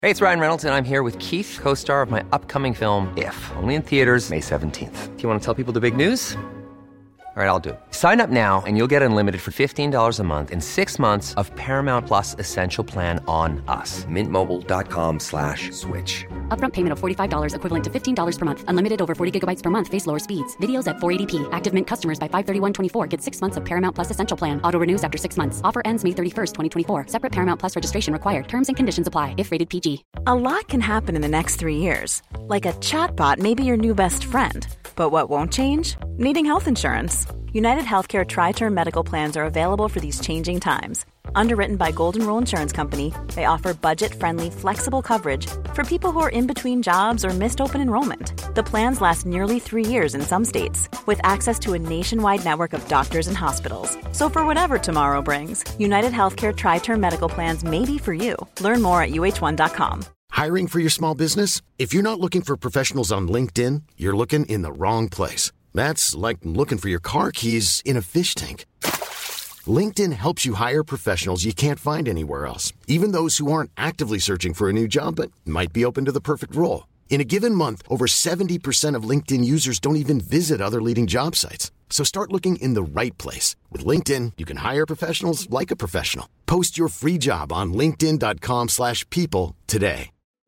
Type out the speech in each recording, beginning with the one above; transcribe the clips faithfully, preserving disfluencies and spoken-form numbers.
Hey, it's Ryan Reynolds, and I'm here with Keith, co-star of my upcoming film, If, only in theaters May seventeenth. Do you want to tell people the big news? All right, I'll do it. Sign up now and you'll get unlimited for fifteen dollars a month and six months of Paramount Plus Essential Plan on us. Mint Mobile dot com slash switch. Upfront payment of forty-five dollars equivalent to fifteen dollars per month. Unlimited over forty gigabytes per month. Face lower speeds. Videos at four eighty p. Active Mint customers by five thirty-one twenty-four get six months of Paramount Plus Essential Plan. Auto renews after six months. Offer ends May thirty-first, twenty twenty-four. Separate Paramount Plus registration required. Terms and conditions apply if rated P G. A lot can happen in the next three years. Like a chatbot may be your new best friend. But what won't change? Needing health insurance. United Healthcare Tri-Term Medical Plans are available for these changing times. Underwritten by Golden Rule Insurance Company, they offer budget-friendly, flexible coverage for people who are in between jobs or missed open enrollment. The plans last nearly three years in some states, with access to a nationwide network of doctors and hospitals. So for whatever tomorrow brings, United Healthcare Tri-Term Medical Plans may be for you. Learn more at U H one dot com. Hiring for your small business? If you're not looking for professionals on LinkedIn, you're looking in the wrong place. That's like looking for your car keys in a fish tank. LinkedIn helps you hire professionals you can't find anywhere else, even those who aren't actively searching for a new job but might be open to the perfect role. In a given month, over seventy percent of LinkedIn users don't even visit other leading job sites. So start looking in the right place. With LinkedIn, you can hire professionals like a professional. Post your free job on linkedin dot com slash people today.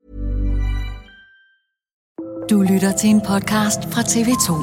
Du lytter til en podcast fra T V to.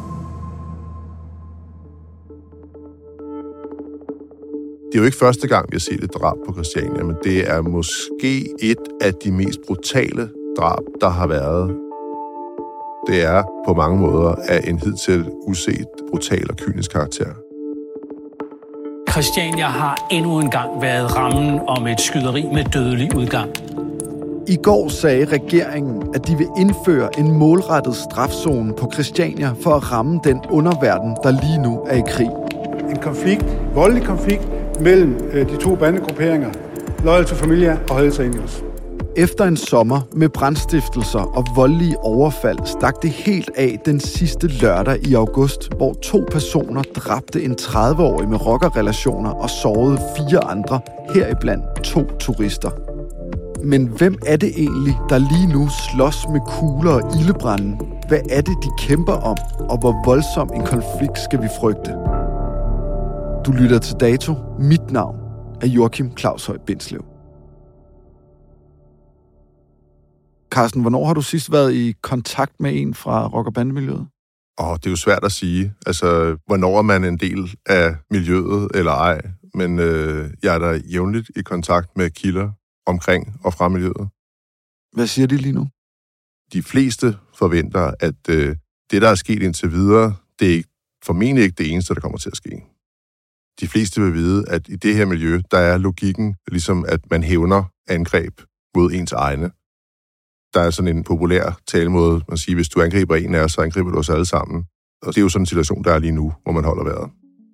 Det er jo ikke første gang, vi har set et drab på Christiania, men det er måske et af de mest brutale drab, der har været. Det er på mange måder af en hidtil uset, brutal og kynisk karakter. Christiania har endnu en gang været rammen om et skyderi med dødelig udgang. I går sagde regeringen, at de vil indføre en målrettet strafzone på Christiania for at ramme den underverden, der lige nu er i krig. En konflikt, voldelig konflikt, mellem de to bandegrupperinger, Loyal to Familia og Hells Angels. Efter en sommer med brandstiftelser og voldelige overfald stak det helt af den sidste lørdag i august, hvor to personer dræbte en tredive-årig med rockerrelationer og sårede fire andre, heriblandt to turister. Men hvem er det egentlig, der lige nu slås med kugler og ildebrande? Hvad er det, de kæmper om, og hvor voldsom en konflikt skal vi frygte? Du lytter til Dato. Mit navn er Joachim Claus Høj Bindslev. Carsten, hvornår har du sidst været i kontakt med en fra rock- og bandemiljøet? Åh, det er jo svært at sige. Altså, hvornår er man en del af miljøet eller ej? Men øh, jeg er da jævnligt i kontakt med kilder omkring og fra miljøet. Hvad siger de lige nu? De fleste forventer, at øh, det, der er sket indtil videre, det er ikke, formentlig ikke det eneste, der kommer til at ske. De fleste vil vide, at i det her miljø, der er logikken ligesom, at man hævner angreb mod ens egne. Der er sådan en populær talemåde, man siger, hvis du angriber en af os, så angriber du os alle sammen. Og det er jo sådan en situation, der er lige nu, hvor man holder vejret.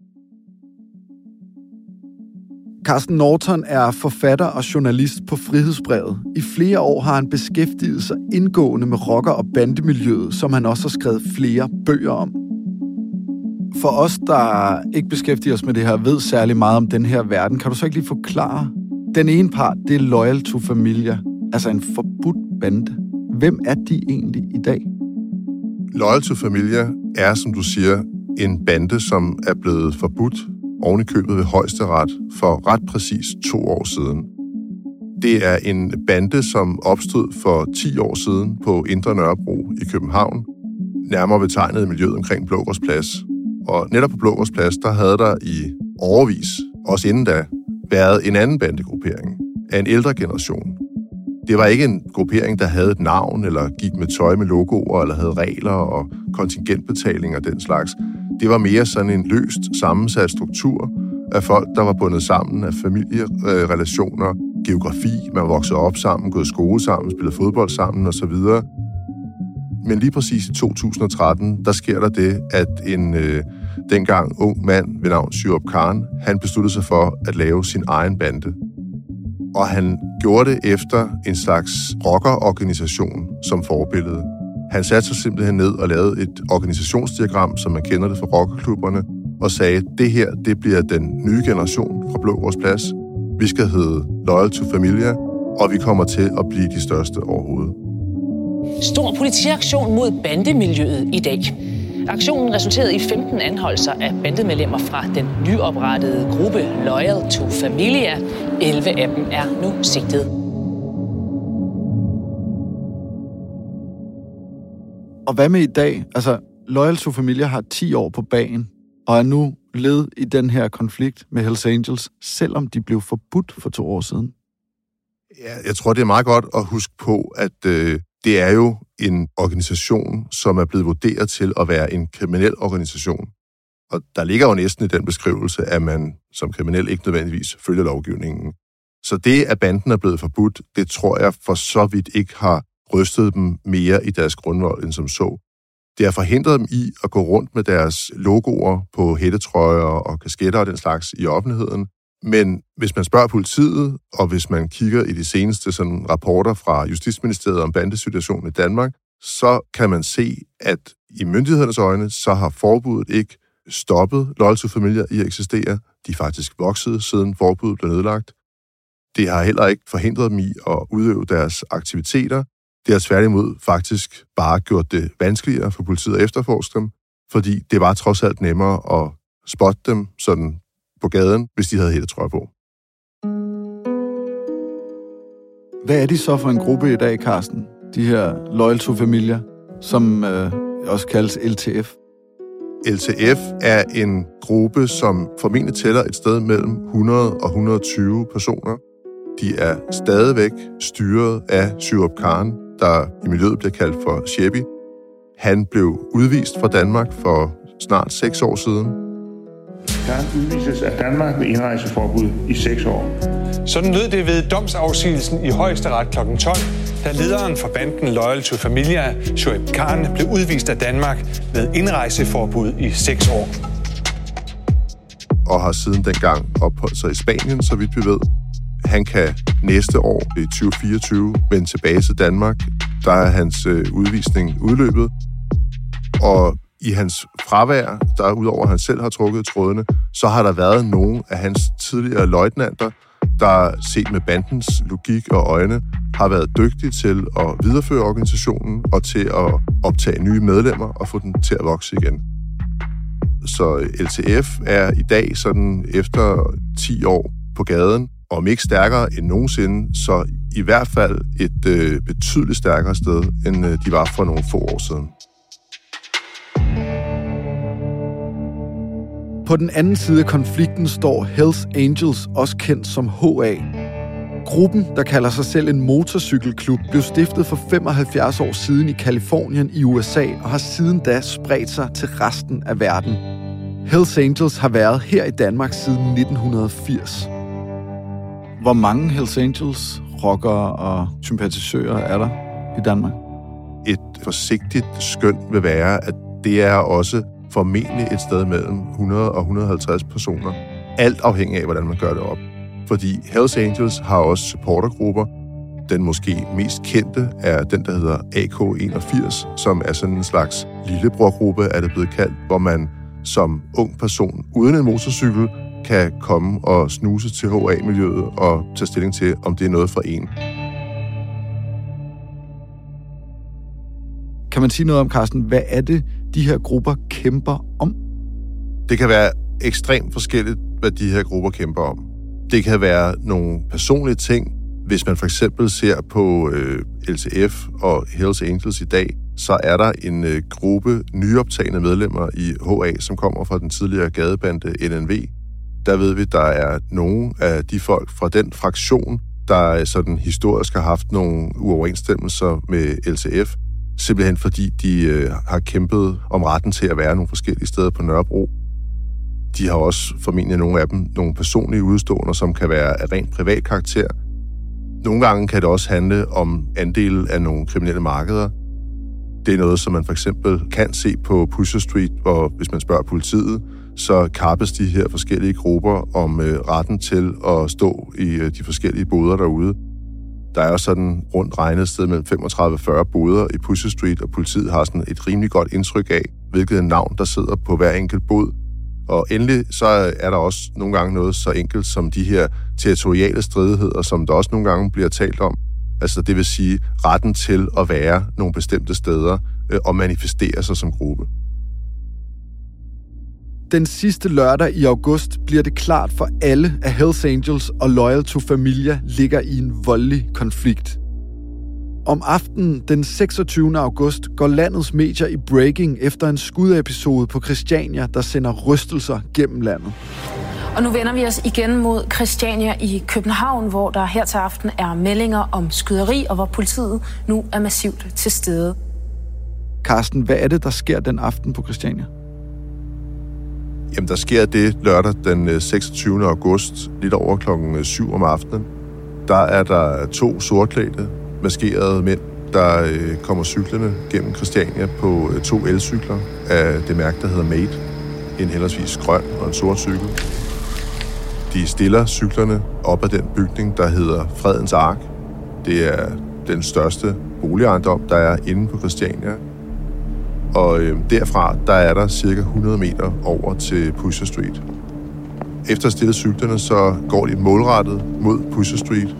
Carsten Norton er forfatter og journalist på Frihedsbrevet. I flere år har han beskæftiget sig indgående med rocker- og bandemiljøet, som han også har skrevet flere bøger om. For os, der ikke beskæftiger os med det her, ved særlig meget om den her verden. Kan du så ikke lige forklare? Den ene part, det er Loyal to Familia, altså en forbudt bande. Hvem er de egentlig i dag? Loyal to Familia er, som du siger, en bande, som er blevet forbudt oven i købet ved Højesteret for ret præcis to år siden. Det er en bande, som opstod for ti år siden på Indre Nørrebro i København, nærmere betegnet i miljøet omkring Blågårds Plads. Og netop på Blågårds Plads, der havde der i årevis, også inden da, været en anden bandegruppering af en ældre generation. Det var ikke en gruppering, der havde et navn, eller gik med tøj med logoer, eller havde regler og kontingentbetaling og den slags. Det var mere sådan en løst sammensat struktur af folk, der var bundet sammen af familierelationer, geografi, man voksede op sammen, gået i skole sammen, spillede fodbold sammen osv. Men lige præcis i to tusind og tretten, der sker der det, at en øh, dengang ung mand ved navn Syrup Khan, han besluttede sig for at lave sin egen bande. Og han gjorde det efter en slags rockerorganisation som forbillede. Han satte sig simpelthen ned og lavede et organisationsdiagram, som man kender det fra rockerklubberne, og sagde, det her, det bliver den nye generation fra Blågårds Plads. Vi skal hedde Loyal to Familia, og vi kommer til at blive de største overhovedet. Stor politiaktion mod bandemiljøet i dag. Aktionen resulterede i femten anholdelser af bandemedlemmer fra den nyoprettede gruppe Loyal to Familia. elleve af dem er nu sigtet. Og hvad med i dag? Altså, Loyal to Familia har ti år på bagen, og er nu led i den her konflikt med Hells Angels, selvom de blev forbudt for to år siden. Ja, jeg tror, det er meget godt at huske på, at øh, det er jo en organisation, som er blevet vurderet til at være en kriminel organisation. Og der ligger jo næsten i den beskrivelse, at man som kriminel ikke nødvendigvis følger lovgivningen. Så det, at banden er blevet forbudt, det tror jeg for så vidt ikke har rystet dem mere i deres grundvold end som så. Det har forhindret dem i at gå rundt med deres logoer på hættetrøjer og kasketter og den slags i offentligheden. Men hvis man spørger politiet, og hvis man kigger i de seneste sådan, rapporter fra Justitsministeriet om bandesituationen i Danmark, så kan man se, at i myndighedernes øjne, så har forbuddet ikke stoppet Loyal to Familia i at eksistere. De er faktisk vokset, siden forbuddet blev nedlagt. Det har heller ikke forhindret dem i at udøve deres aktiviteter. Det har tværtimod faktisk bare gjort det vanskeligere for politiet at efterforske dem, fordi det var trods alt nemmere at spotte dem sådan på gaden, hvis de havde hættetrøjer på. Hvad er de så for en gruppe i dag, Carsten? De her Loyal to Familia, som øh, også kaldes L T F. L T F er en gruppe, som formentlig tæller et sted mellem hundrede og et hundrede og tyve personer. De er stadigvæk styret af Shuaib Khan, der i miljøet bliver kaldt for Shebi. Han blev udvist fra Danmark for snart seks år siden. Khan udvises af Danmark med indrejseforbud i seks år. Sådan lød det ved domsafsigelsen i Højesteret klokken tolv, da lederen for banden Loyal to Familia, Shuaib Khan, blev udvist af Danmark med indrejseforbud i seks år. Og har siden dengang opholdt sig i Spanien, så vidt vi ved. Han kan næste år, i tyve fireogtyve, vende tilbage til Danmark. Der er hans øh, udvisning udløbet. Og i hans fravær, der udover at han selv har trukket trådene, så har der været nogle af hans tidligere løjtnanter, der set med bandens logik og øjne, har været dygtige til at videreføre organisationen og til at optage nye medlemmer og få den til at vokse igen. Så L T F er i dag sådan efter ti år på gaden, om ikke stærkere end nogensinde, så i hvert fald et øh, betydeligt stærkere sted, end øh, de var for nogle få år siden. På den anden side af konflikten står Hells Angels, også kendt som H A. Gruppen, der kalder sig selv en motorcykelklub, blev stiftet for femoghalvfjerds år siden i Californien i U S A og har siden da spredt sig til resten af verden. Hells Angels har været her i Danmark siden nitten firs. Hvor mange Hells Angels, rockere og sympatisører er der i Danmark? Et forsigtigt skøn vil være, at det er også formentlig et sted mellem hundrede og et hundrede og halvtreds personer. Alt afhængig af, hvordan man gør det op. Fordi Hells Angels har også supportergrupper. Den måske mest kendte er den, der hedder A K enogfirs, som er sådan en slags lillebrorgruppe, er det blevet kaldt, hvor man som ung person uden en motorcykel kan komme og snuse til H A-miljøet og tage stilling til, om det er noget for en. Kan man sige noget om, Carsten, hvad er det, de her grupper kæmper om? Det kan være ekstremt forskelligt, hvad de her grupper kæmper om. Det kan være nogle personlige ting. Hvis man for eksempel ser på øh, L T F og Hells Angels i dag, så er der en øh, gruppe nyoptagende medlemmer i H A, som kommer fra den tidligere gadebande N N V. Der ved vi, der er nogle af de folk fra den fraktion, der sådan historisk har haft nogle uoverensstemmelser med L T F, simpelthen fordi de øh, har kæmpet om retten til at være nogle forskellige steder på Nørrebro. De har også formentlig nogle af dem nogle personlige udståender, som kan være af rent privat karakter. Nogle gange kan det også handle om andel af nogle kriminelle markeder. Det er noget, som man for eksempel kan se på Pusher Street, hvor hvis man spørger politiet, så kappes de her forskellige grupper om øh, retten til at stå i øh, de forskellige boder derude. Der er sådan rundt regnet sted mellem femogtredive til fyrre boder i Pusher Street, og politiet har sådan et rimelig godt indtryk af, hvilket navn der sidder på hver enkelt bod. Og endelig så er der også nogle gange noget så enkelt som de her territoriale stridigheder, som der også nogle gange bliver talt om. Altså det vil sige retten til at være nogle bestemte steder øh, og manifestere sig som gruppe. Den sidste lørdag i august bliver det klart for alle, at Hells Angels og Loyal to Familia ligger i en voldelig konflikt. Om aftenen den seksogtyvende august går landets medier i breaking efter en skudepisode på Christiania, der sender rystelser gennem landet. Og nu vender vi os igen mod Christiania i København, hvor der her til aften er meldinger om skyderi, og hvor politiet nu er massivt til stede. Carsten, hvad er det, der sker den aften på Christiania? Jamen, der sker det lørdag den seksogtyvende august, lidt over klokken syv om aftenen. Der er der to sortklædte, maskerede mænd, der øh, kommer cyklerne gennem Christiania på øh, to elcykler af det mærke, der hedder Mate. En henholdsvis grøn og en sort cykel. De stiller cyklerne op ad den bygning, der hedder Fredens Ark. Det er den største boligejendom, der er inde på Christiania. Og øh, derfra, der er der cirka hundrede meter over til Pusher Street. Efter at stille cyklerne, så går de målrettet mod Pusher Street.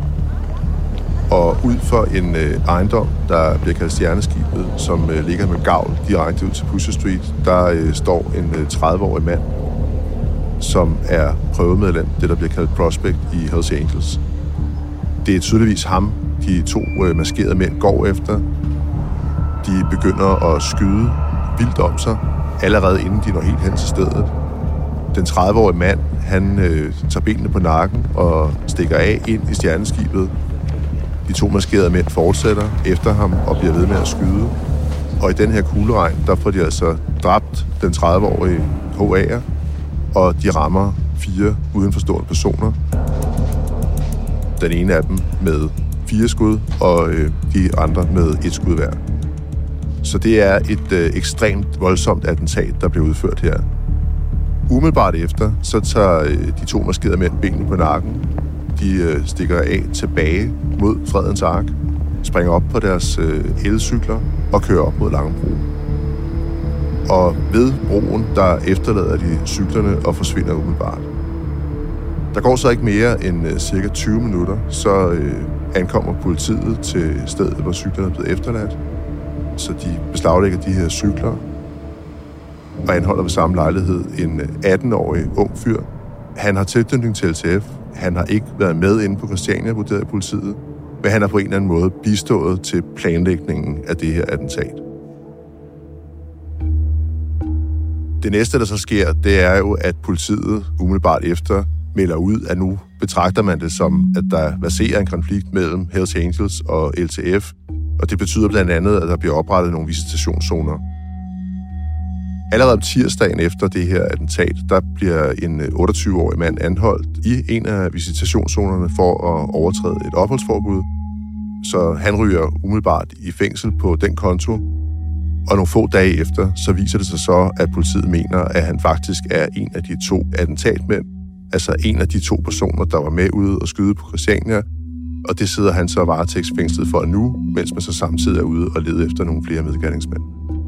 Og ud for en øh, ejendom, der bliver kaldt Stjerneskibet, som øh, ligger med gavl direkte ud til Pusher Street, der øh, står en øh, tredive-årig mand, som er prøvemedlem, det der bliver kaldt prospect i Hells Angels. Det er tydeligvis ham, de to øh, maskerede mænd går efter. De begynder at skyde vildt om sig, allerede inden de når helt hen til stedet. Den tredive-årige mand, han øh, tager benene på nakken og stikker af ind i Stjerneskibet. De to maskerede mænd fortsætter efter ham og bliver ved med at skyde. Og i den her kugleregn, der får de altså dræbt den tredive-årige H A'er, og de rammer fire udenforstående personer. Den ene af dem med fire skud, og øh, de andre med et skud hver. Så det er et øh, ekstremt voldsomt attentat, der bliver udført her. Umiddelbart efter, så tager øh, de to maskerede mænd benene på nakken. De øh, stikker af tilbage mod Fredens Ark, springer op på deres øh, elcykler og kører op mod Langebro. Og ved broen, der efterlader de cyklerne og forsvinder umiddelbart. Der går så ikke mere end øh, cirka tyve minutter, så øh, ankommer politiet til stedet, hvor cyklerne er blevet efterladt. Så de beslaglægger de her cykler og anholder ved samme lejlighed en atten-årig ung fyr. Han har tilknytning til L T F. Han har ikke været med inde på Christiania, vurderet politiet, men han har på en eller anden måde bistået til planlægningen af det her attentat. Det næste, der så sker, det er jo, at politiet umiddelbart efter melder ud, at nu betragter man det som, at der verserer en konflikt mellem Hells Angels og L T F, og det betyder blandt andet, at der bliver oprettet nogle visitationszoner. Allerede om tirsdagen efter det her attentat, der bliver en otteogtyve-årig mand anholdt i en af visitationszonerne for at overtræde et opholdsforbud. Så han ryger umiddelbart i fængsel på den konto. Og nogle få dage efter, så viser det sig så, at politiet mener, at han faktisk er en af de to attentatmænd. Altså en af de to personer, der var med ude og skyde på Christiania. Og det sidder han så varetægtsfængslet for nu, mens man så samtidig er ude og leder efter nogle flere medgerningsmænd.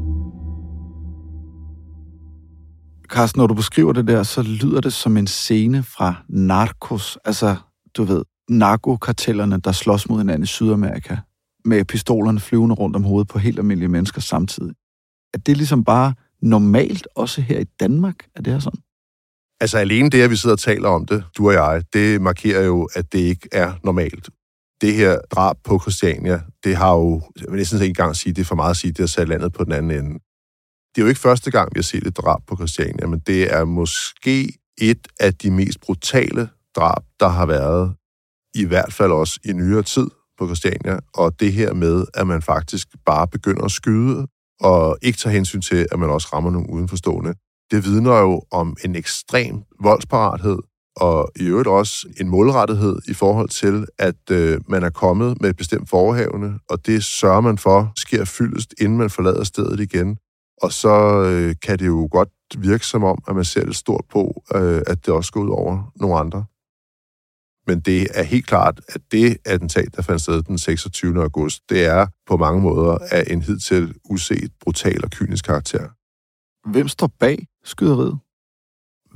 Carsten, når du beskriver det der, så lyder det som en scene fra Narcos. Altså, du ved, narkokartellerne, der slås mod hinanden i Sydamerika, med pistolerne flyvende rundt om hovedet på helt almindelige mennesker samtidig. Er det ligesom bare normalt, også her i Danmark? Er det her sådan? Altså alene det, at vi sidder og taler om det, du og jeg, det markerer jo, at det ikke er normalt. Det her drab på Christiania, det har jo, jeg vil næsten ikke engang sige, det er for meget at sige, det har sat landet på den anden ende. Det er jo ikke første gang, vi har set et drab på Christiania, men det er måske et af de mest brutale drab, der har været, i hvert fald også i nyere tid på Christiania. Og det her med, at man faktisk bare begynder at skyde, og ikke tager hensyn til, at man også rammer nogle udenforstående. Det vidner jo om en ekstrem voldsparathed, og i øvrigt også en målrettighed i forhold til, at øh, man er kommet med et bestemt forehavende, og det sørger man for sker fyldest, inden man forlader stedet igen. Og så øh, kan det jo godt virke som om, at man ser lidt stort på, øh, at det også går ud over nogle andre. Men det er helt klart, at det attentat, der fandt sted den seksogtyvende august, det er på mange måder af en hidtil uset, brutal og kynisk karakter. Hvem står bag skyderiet?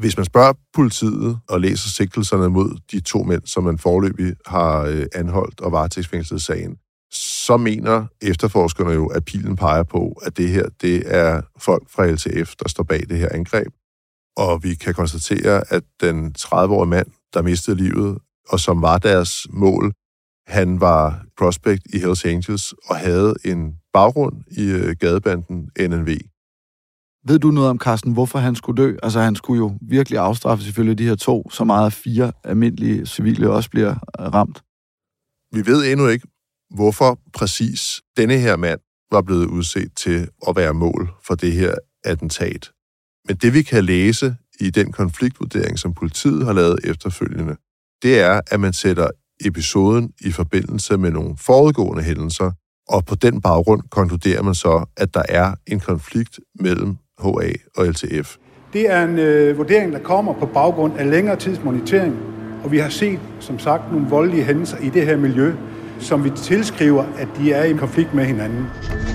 Hvis man spørger politiet og læser sigtelserne mod de to mænd, som man foreløbig har anholdt og varetægtsfængslet i sagen, så mener efterforskerne jo, at pilen peger på, at det her, det er folk fra L T F, der står bag det her angreb. Og vi kan konstatere, at den tredive-årige mand, der mistede livet, og som var deres mål, han var prospect i Hells Angels og havde en baggrund i gadebanden N N V. Ved du noget om, Carsten, hvorfor han skulle dø? Altså, han skulle jo virkelig afstraffes ifølge de her to, så meget at fire almindelige civile også bliver ramt. Vi ved endnu ikke, hvorfor præcis denne her mand var blevet udset til at være mål for det her attentat. Men det, vi kan læse i den konfliktvurdering, som politiet har lavet efterfølgende, det er, at man sætter episoden i forbindelse med nogle forudgående hændelser, og på den baggrund konkluderer man så, at der er en konflikt mellem H A og L T F. Det er en øh, vurdering, der kommer på baggrund af længere tids monitering, og vi har set, som sagt, nogle voldelige hændelser i det her miljø, som vi tilskriver, at de er i konflikt med hinanden.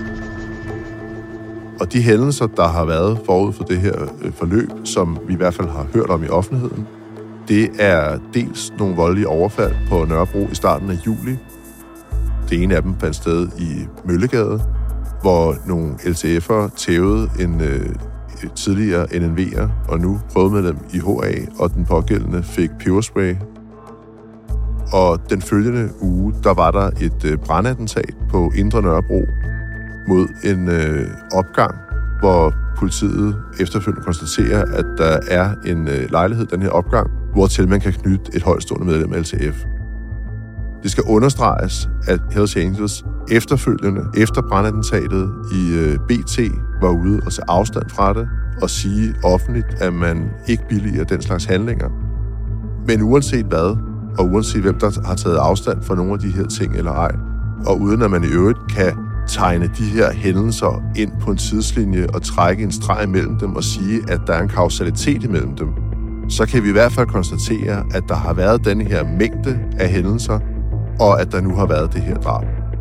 Og de hændelser, der har været forud for det her forløb, som vi i hvert fald har hørt om i offentligheden, det er dels nogle voldelige overfald på Nørrebro i starten af juli. Det ene af dem fandt sted i Møllegade, hvor nogle L T F'ere tævede en øh, tidligere N N V'er, og nu prøvemedlem i H A, og den pågældende fik peberspray. Og den følgende uge, der var der et øh, brandattentat på Indre Nørrebro mod en øh, opgang, hvor politiet efterfølgende konstaterer, at der er en øh, lejlighed, den her opgang, hvortil man kan knytte et højtstående medlem af L T F. Det skal understreges, at Hells Angels efterfølgende, efter brandattentatet i øh, B T, var ude og tage afstand fra det og sige offentligt, at man ikke billiger den slags handlinger. Men uanset hvad, og uanset hvem der har taget afstand fra nogle af de her ting eller ej, og uden at man i øvrigt kan tegne de her hændelser ind på en tidslinje og trække en streg imellem dem og sige, at der er en kausalitet imellem dem, så kan vi i hvert fald konstatere, at der har været denne her mængde af hændelser, og at der nu har været det her drab.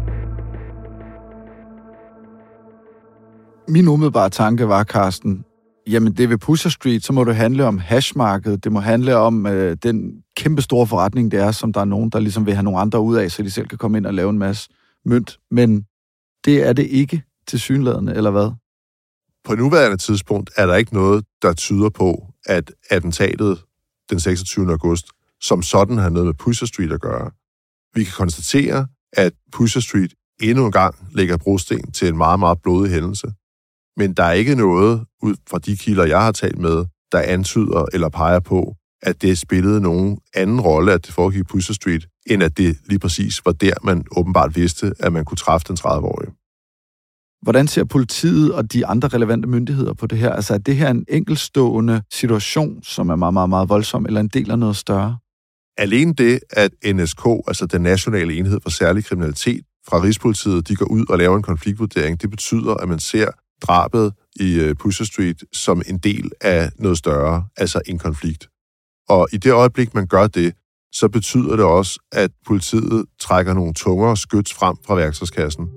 Min umiddelbare tanke var, Carsten, jamen det ved Pusher Street, så må det handle om hashmarkedet, det må handle om øh, den kæmpe store forretning, det er, som der er nogen, der ligesom vil have nogle andre ud af, så de selv kan komme ind og lave en masse mønt. Men det er det ikke tilsyneladende, eller hvad? På nuværende tidspunkt er der ikke noget, der tyder på, at attentatet den seksogtyvende august som sådan har noget med Pusher Street at gøre. Vi kan konstatere, at Pusher Street endnu en gang lægger brosten til en meget, meget blodig hændelse. Men der er ikke noget, ud fra de kilder, jeg har talt med, der antyder eller peger på, at det spillede nogen anden rolle, at det foregik i Pusher Street, end at det lige præcis var der, man åbenbart vidste, at man kunne træffe den tredive-årige. Hvordan ser politiet og de andre relevante myndigheder på det her? Altså er det her en enkeltstående situation, som er meget, meget, meget voldsom, eller en del af noget større? Alene det, at N S K, altså den nationale enhed for særlig kriminalitet, fra Rigspolitiet, de går ud og laver en konfliktvurdering, det betyder, at man ser drabet i Pusher Street som en del af noget større, altså en konflikt. Og i det øjeblik, man gør det, så betyder det også, at politiet trækker nogle tungere skyts frem fra værktøjskassen.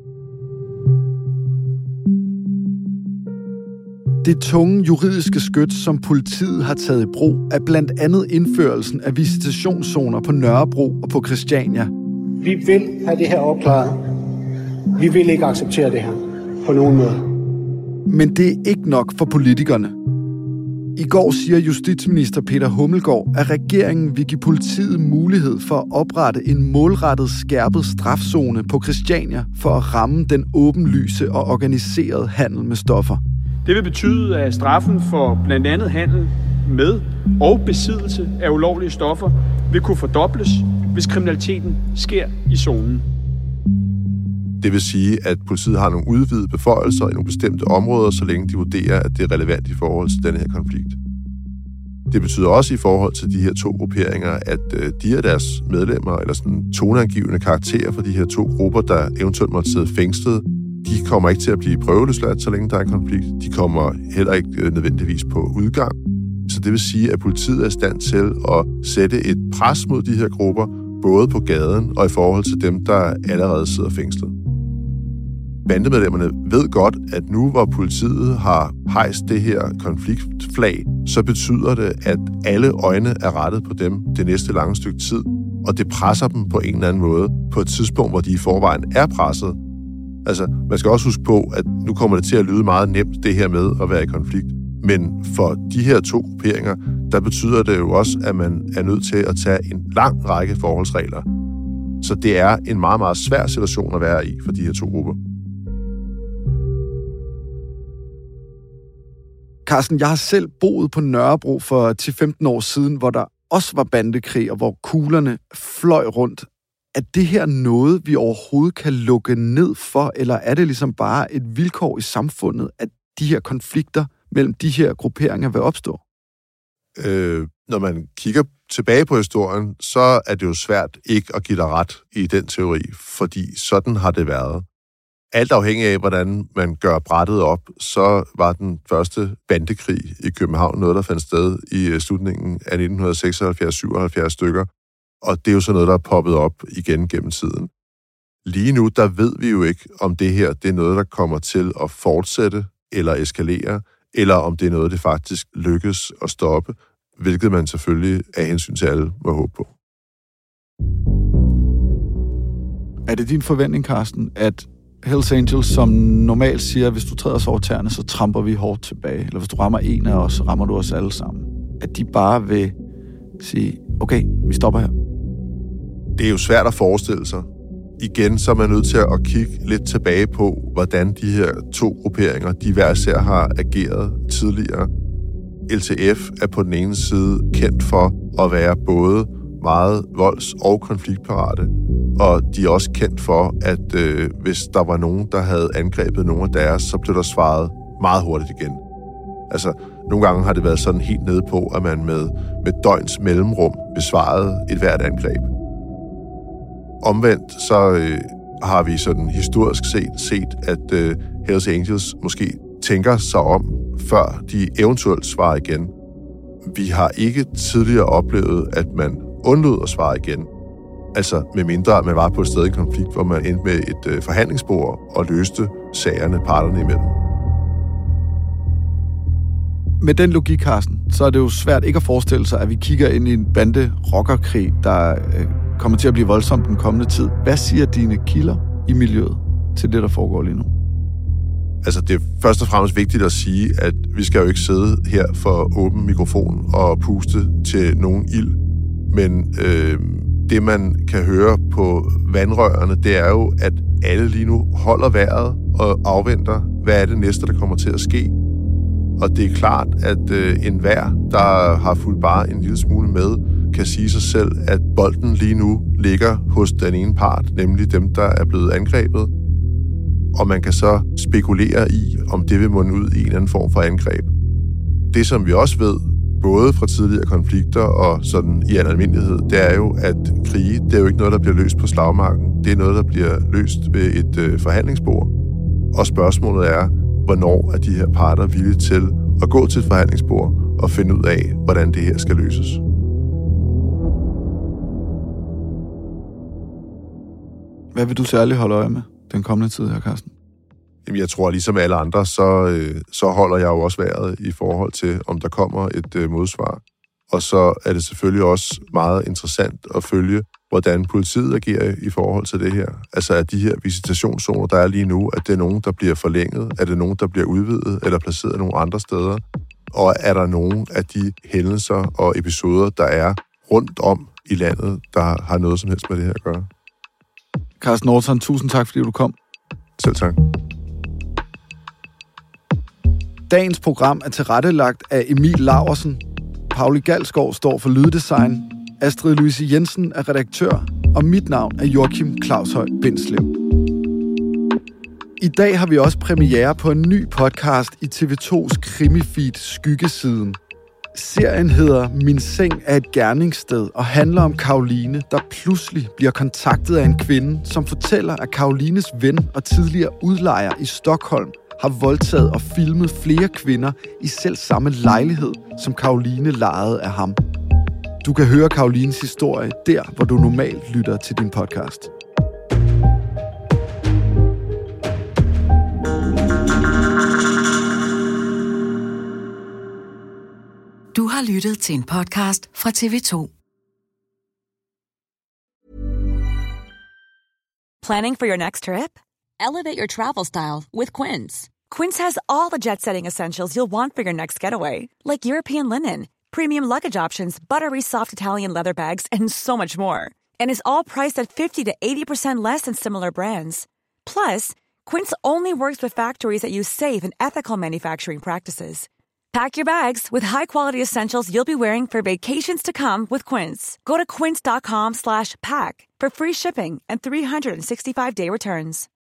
Det tunge juridiske skyts, som politiet har taget i brug, er blandt andet indførelsen af visitationszoner på Nørrebro og på Christiania. Vi vil have det her opklaret. Vi vil ikke acceptere det her på nogen måde. Men det er ikke nok for politikerne. I går siger justitsminister Peter Hummelgaard, at regeringen vil give politiet mulighed for at oprette en målrettet skærpet strafzone på Christiania for at ramme den åbenlyse og organiserede handel med stoffer. Det vil betyde, at straffen for blandt andet handel med og besiddelse af ulovlige stoffer vil kunne fordobles, hvis kriminaliteten sker i zonen. Det vil sige, at politiet har nogle udvidede beføjelser i nogle bestemte områder, så længe de vurderer, at det er relevant i forhold til denne her konflikt. Det betyder også i forhold til de her to grupperinger, at de af deres medlemmer, eller sådan toneangivende karakterer for de her to grupper, der eventuelt måtte sidde fængslet, de kommer ikke til at blive prøveløsladt, så længe der er en konflikt. De kommer heller ikke nødvendigvis på udgang. Så det vil sige, at politiet er i stand til at sætte et pres mod de her grupper, både på gaden og i forhold til dem, der allerede sidder fængslet. Bandemedlemmerne ved godt, at nu hvor politiet har hejst det her konfliktflag, så betyder det, at alle øjne er rettet på dem det næste lange stykke tid, og det presser dem på en eller anden måde på et tidspunkt, hvor de i forvejen er presset. Altså, man skal også huske på, at nu kommer det til at lyde meget nemt, det her med at være i konflikt. Men for de her to grupperinger, der betyder det jo også, at man er nødt til at tage en lang række forholdsregler. Så det er en meget, meget svær situation at være i for de her to grupper. Carsten, jeg har selv boet på Nørrebro for ti til femten år siden, hvor der også var bandekrig, og hvor kuglerne fløj rundt. Er det her noget, vi overhovedet kan lukke ned for, eller er det ligesom bare et vilkår i samfundet, at de her konflikter mellem de her grupperinger vil opstå? Øh, når man kigger tilbage på historien, så er det jo svært ikke at give dig ret i den teori, fordi sådan har det været. Alt afhængig af, hvordan man gør brættet op, så var den første bandekrig i København noget, der fandt sted i slutningen af nitten seksoghalvfjerds til syvoghalvfjerds stykker. Og det er jo så noget, der er poppet op igen gennem tiden. Lige nu, der ved vi jo ikke, om det her det er noget, der kommer til at fortsætte eller eskalere, eller om det er noget, det faktisk lykkes at stoppe, hvilket man selvfølgelig af hensyn til alle må håbe på. Er det din forventning, Carsten, at Hells Angels, som normalt siger, at hvis du træder os over tæerne, så tramper vi hårdt tilbage, eller hvis du rammer en af os, så rammer du os alle sammen, at de bare vil sige, okay, vi stopper her? Det er jo svært at forestille sig. Igen, så er man nødt til at kigge lidt tilbage på, hvordan de her to grupperinger, de hver især har ageret tidligere. L T F er på den ene side kendt for at være både meget volds- og konfliktparate, og de er også kendt for, at øh, hvis der var nogen, der havde angrebet nogle af deres, så blev der svaret meget hurtigt igen. Altså, nogle gange har det været sådan helt nede på, at man med, med døgns mellemrum besvarede et hvert angreb. Omvendt så øh, har vi sådan historisk set, set at øh, Hells Angels måske tænker sig om, før de eventuelt svarer igen. Vi har ikke tidligere oplevet, at man undlod at svare igen. Altså med mindre, at man var på et sted i konflikt, hvor man endte med et øh, forhandlingsbord og løste sagerne parterne imellem. Med den logik, Carsten, så er det jo svært ikke at forestille sig, at vi kigger ind i en bande-rockerkrig, der øh, kommer til at blive voldsomt den kommende tid. Hvad siger dine kilder i miljøet til det, der foregår lige nu? Altså, det er først og fremmest vigtigt at sige, at vi skal jo ikke sidde her for åben mikrofon og puste til nogen ild. Men øh, det, man kan høre på vandrørene, det er jo, at alle lige nu holder vejret og afventer, hvad er det næste, der kommer til at ske. Og det er klart, at øh, enhver, der har fulgt bare en lille smule med, kan sige sig selv, at bolden lige nu ligger hos den ene part, nemlig dem, der er blevet angrebet. Og man kan så spekulere i, om det vil munde ud i en eller anden form for angreb. Det, som vi også ved, både fra tidligere konflikter og sådan i en almindelighed, det er jo, at krige, det er jo ikke noget, der bliver løst på slagmarken. Det er noget, der bliver løst ved et øh, forhandlingsbord. Og spørgsmålet er, hvornår er de her parter villige til at gå til et forhandlingsbord og finde ud af, hvordan det her skal løses. Hvad vil du særligt holde øje med den kommende tid her, Carsten? Jamen, jeg tror, ligesom alle andre, så, øh, så holder jeg jo også vejret i forhold til, om der kommer et øh, modsvar. Og så er det selvfølgelig også meget interessant at følge, hvordan politiet agerer i forhold til det her. Altså, at de her visitationszoner, der er lige nu, at det er nogen, der bliver forlænget, er det nogen, der bliver udvidet eller placeret nogle andre steder, og er der nogen af de hændelser og episoder, der er rundt om i landet, der har noget som helst med det her at gøre. Carsten Orton, tusind tak, fordi du kom. Selv tak. Dagens program er tilrettelagt af Emil Laursen. Pauli Galskov står for lyddesign. Astrid Louise Jensen er redaktør. Og mit navn er Joachim Claushøj Bindslev. I dag har vi også premiere på en ny podcast i T V to's krimifeed Skyggesiden. Serien hedder Min seng er et gerningssted og handler om Karoline, der pludselig bliver kontaktet af en kvinde, som fortæller, at Karolines ven og tidligere udlejer i Stockholm har voldtaget og filmet flere kvinder i selv samme lejlighed, som Karoline lejede af ham. Du kan høre Karolines historie der, hvor du normalt lytter til din podcast. har lyttet til en podcast fra T V to. Planning for your next trip? Elevate your travel style with Quince. Quince has all the jet-setting essentials you'll want for your next getaway, like European linen, premium luggage options, buttery soft Italian leather bags, and so much more. And is all priced at fifty to eighty percent less than similar brands. Plus, Quince only works with factories that use safe and ethical manufacturing practices. Pack your bags with high-quality essentials you'll be wearing for vacations to come with Quince. Go to quince.com slash pack for free shipping and three sixty-five day returns.